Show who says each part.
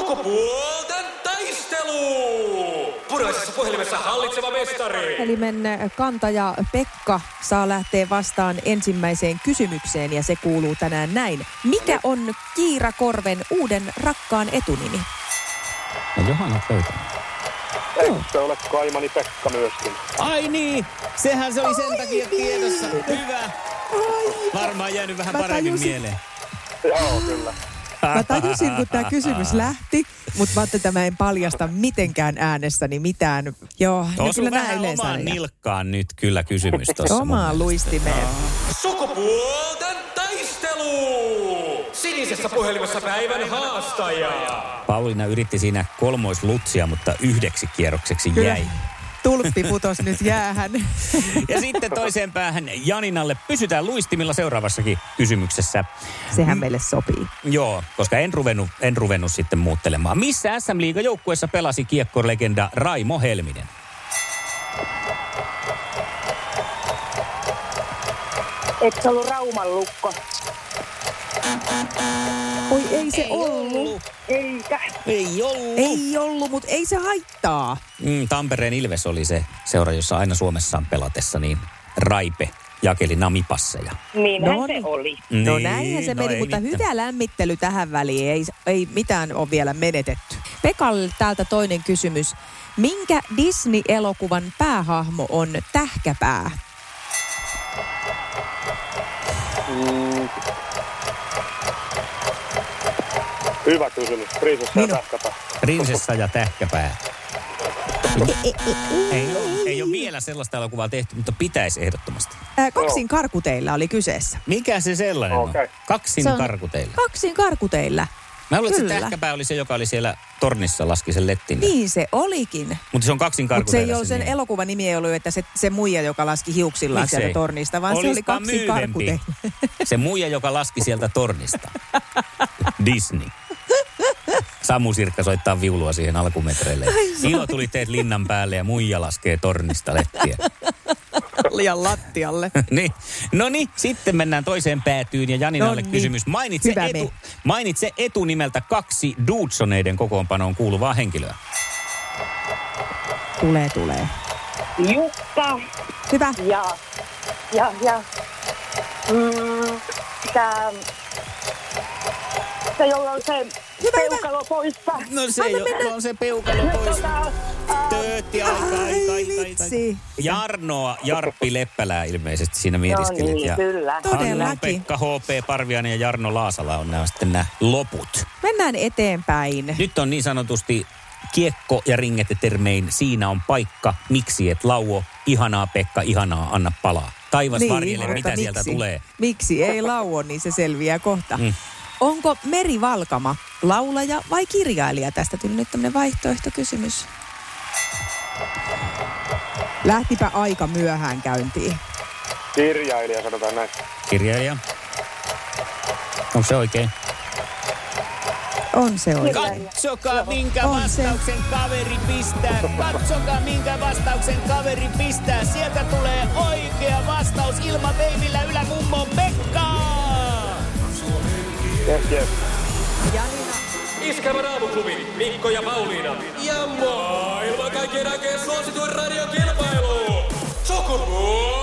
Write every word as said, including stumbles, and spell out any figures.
Speaker 1: Sukupuolten taistelu! Puraisessa puhelimessa hallitseva mestari.
Speaker 2: Puhelimen kantaja Pekka saa lähteä vastaan ensimmäiseen kysymykseen ja se kuuluu tänään näin. Mikä on Kiira Korven uuden rakkaan etunimi?
Speaker 3: No Johanna olet löytänyt.
Speaker 4: Eikö se ole Kaimani Pekka myöskin?
Speaker 3: Ai niin, sehän se oli sen takia tiedossa. Hyvä. Varmaan jäänyt vähän
Speaker 2: Mä
Speaker 3: paremmin
Speaker 2: tajusin.
Speaker 3: mieleen.
Speaker 4: Joo, kyllä.
Speaker 2: Mä tajusin, kun tämä kysymys lähti, mutta mä ajattelin, että mä en paljasta mitenkään äänessäni mitään. Joo, no
Speaker 3: Osu
Speaker 2: kyllä nämä
Speaker 3: vähän
Speaker 2: yleensä.
Speaker 3: omaan
Speaker 2: aina.
Speaker 3: nilkkaan nyt kyllä kysymys tuossa.
Speaker 2: Omaan luistimeen.
Speaker 1: Sukupuolten taistelu! Sinisessä puhelimessa päivän haastaja.
Speaker 3: Pauliina yritti siinä kolmoislutsia, mutta yhdeksi kierrokseksi
Speaker 2: Kyllä.
Speaker 3: jäi.
Speaker 2: Tulppi putos nyt jäähän.
Speaker 3: Ja sitten toiseen päähän Janinalle. Pysytään luistimilla seuraavassakin kysymyksessä.
Speaker 2: Sehän meille sopii.
Speaker 3: Joo, koska en ruvennut, en ruvennut sitten muuttelemaan. Missä S M-liigan joukkueessa pelasi kiekkolegenda Raimo Helminen?
Speaker 5: Eikö se ollut Rauman Lukko?
Speaker 2: Oi ei se
Speaker 3: Ei
Speaker 2: ollut.
Speaker 3: ollut.
Speaker 5: Eikä.
Speaker 3: Ei ollut.
Speaker 2: Ei ollut, mutta ei se haittaa.
Speaker 3: Mm, Tampereen Ilves oli se seura, jossa aina Suomessaan pelatessa niin Raipe jakeli namipasseja.
Speaker 5: Niinhän
Speaker 2: No
Speaker 5: se
Speaker 2: niin.
Speaker 5: oli.
Speaker 2: No
Speaker 3: Niin,
Speaker 2: näinhän se
Speaker 3: no
Speaker 2: meni,
Speaker 3: ei
Speaker 2: mutta
Speaker 3: mitään.
Speaker 2: hyvä lämmittely tähän väliin. Ei, ei mitään ole vielä menetetty. Pekalle täältä toinen kysymys. Minkä Disney-elokuvan päähahmo on Tähkäpää?
Speaker 4: Mm. Hyvä kysymys. Prinsessa ja
Speaker 2: Niin on.
Speaker 4: Tähkäpää.
Speaker 3: Prinsessa ja Tähkäpää. Ei ole, ei ole vielä sellaista elokuvaa tehty, mutta pitäisi ehdottomasti.
Speaker 2: Ää, kaksin karkuteillä oli kyseessä.
Speaker 3: Mikä se sellainen
Speaker 4: Okei.
Speaker 3: on? Kaksin
Speaker 2: Se on-
Speaker 3: karkuteillä.
Speaker 2: Kaksin karkuteilla.
Speaker 3: Mä luulen, että se
Speaker 2: Kyllä.
Speaker 3: Tähkäpää oli se, joka oli siellä tornissa, laski sen lettin.
Speaker 2: Niin se olikin.
Speaker 3: Mutta se on kaksin
Speaker 2: Mutta se
Speaker 3: karkuteillä.
Speaker 2: ei ole sen
Speaker 3: nimi.
Speaker 2: elokuvan nimi ei ollut, että se, se muija, joka laski hiuksillaan
Speaker 3: Miksei?
Speaker 2: sieltä tornista, vaan se oli
Speaker 3: Olispa
Speaker 2: kaksin
Speaker 3: myyvempi.
Speaker 2: karkuteilla.
Speaker 3: Se muija, joka laski sieltä tornista. Disney. Samu Sirkka soittaa viulua siihen alkumetreille. Ilo tuli teet linnan päälle ja muija laskee tornista lettiä.
Speaker 2: Liian lattialle.
Speaker 3: niin. No niin, sitten mennään toiseen päätyyn ja Janinalle
Speaker 2: Noniin.
Speaker 3: kysymys. Mainitse,
Speaker 2: Hyvä
Speaker 3: etu,
Speaker 2: me.
Speaker 3: mainitse etunimeltä kaksi Dudsoneiden kokoonpanoon kuuluvaa henkilöä.
Speaker 2: Tulee, tulee.
Speaker 5: Jukka
Speaker 2: Hyvä.
Speaker 5: ja... Ja, ja... Mm, tää... Se, jolla on se
Speaker 2: Hyvä, hyvä.
Speaker 5: peukalo poissa.
Speaker 3: No se
Speaker 2: Anna
Speaker 3: jo,
Speaker 2: mennä.
Speaker 3: on se peukalo pois.
Speaker 5: Tota, ää,
Speaker 3: Töötti, aika, aika,
Speaker 2: Ai
Speaker 3: aika, aika.
Speaker 2: vitsi.
Speaker 3: Jarnoa, Jarppi Leppälää ilmeisesti siinä
Speaker 5: no
Speaker 3: mietiskelet.
Speaker 5: niin,
Speaker 3: ja
Speaker 5: kyllä.
Speaker 2: Todellakin.
Speaker 3: Hannu, Pekka, H P, Parviainen ja Jarno Laasala on nämä sitten nämä loput.
Speaker 2: Mennään eteenpäin.
Speaker 3: Nyt on niin sanotusti kiekko ja ringetetermein siinä on paikka, miksi et lauo, ihanaa Pekka, ihanaa, anna palaa. Taivas niin, varjele,
Speaker 2: mutta
Speaker 3: mitä sieltä
Speaker 2: miksi?
Speaker 3: tulee.
Speaker 2: Miksi ei lauo, niin se selviää kohta.
Speaker 3: Mm.
Speaker 2: Onko Meri Valkama laulaja vai kirjailija? Tästä tuli nyt tämmöinen vaihtoehtokysymys. Lähtipä aika myöhään käyntiin.
Speaker 4: Kirjailija, sanotaan näin.
Speaker 3: Kirjailija. Onko se oikein?
Speaker 2: On se oikein.
Speaker 3: Katsokaa, minkä
Speaker 2: On se.
Speaker 3: vastauksen kaveri pistää. Katsokaa, minkä vastauksen kaveri pistää. Sieltä tulee oikea vastaus ilman veivillä ylämummo Pekka.
Speaker 4: Yes, yes.
Speaker 1: Iskelmän aamuklubi, Mikko ja Pauliina. Ja maailman kaikkien aikeen suosituen radiokilpailu. Sukupuolten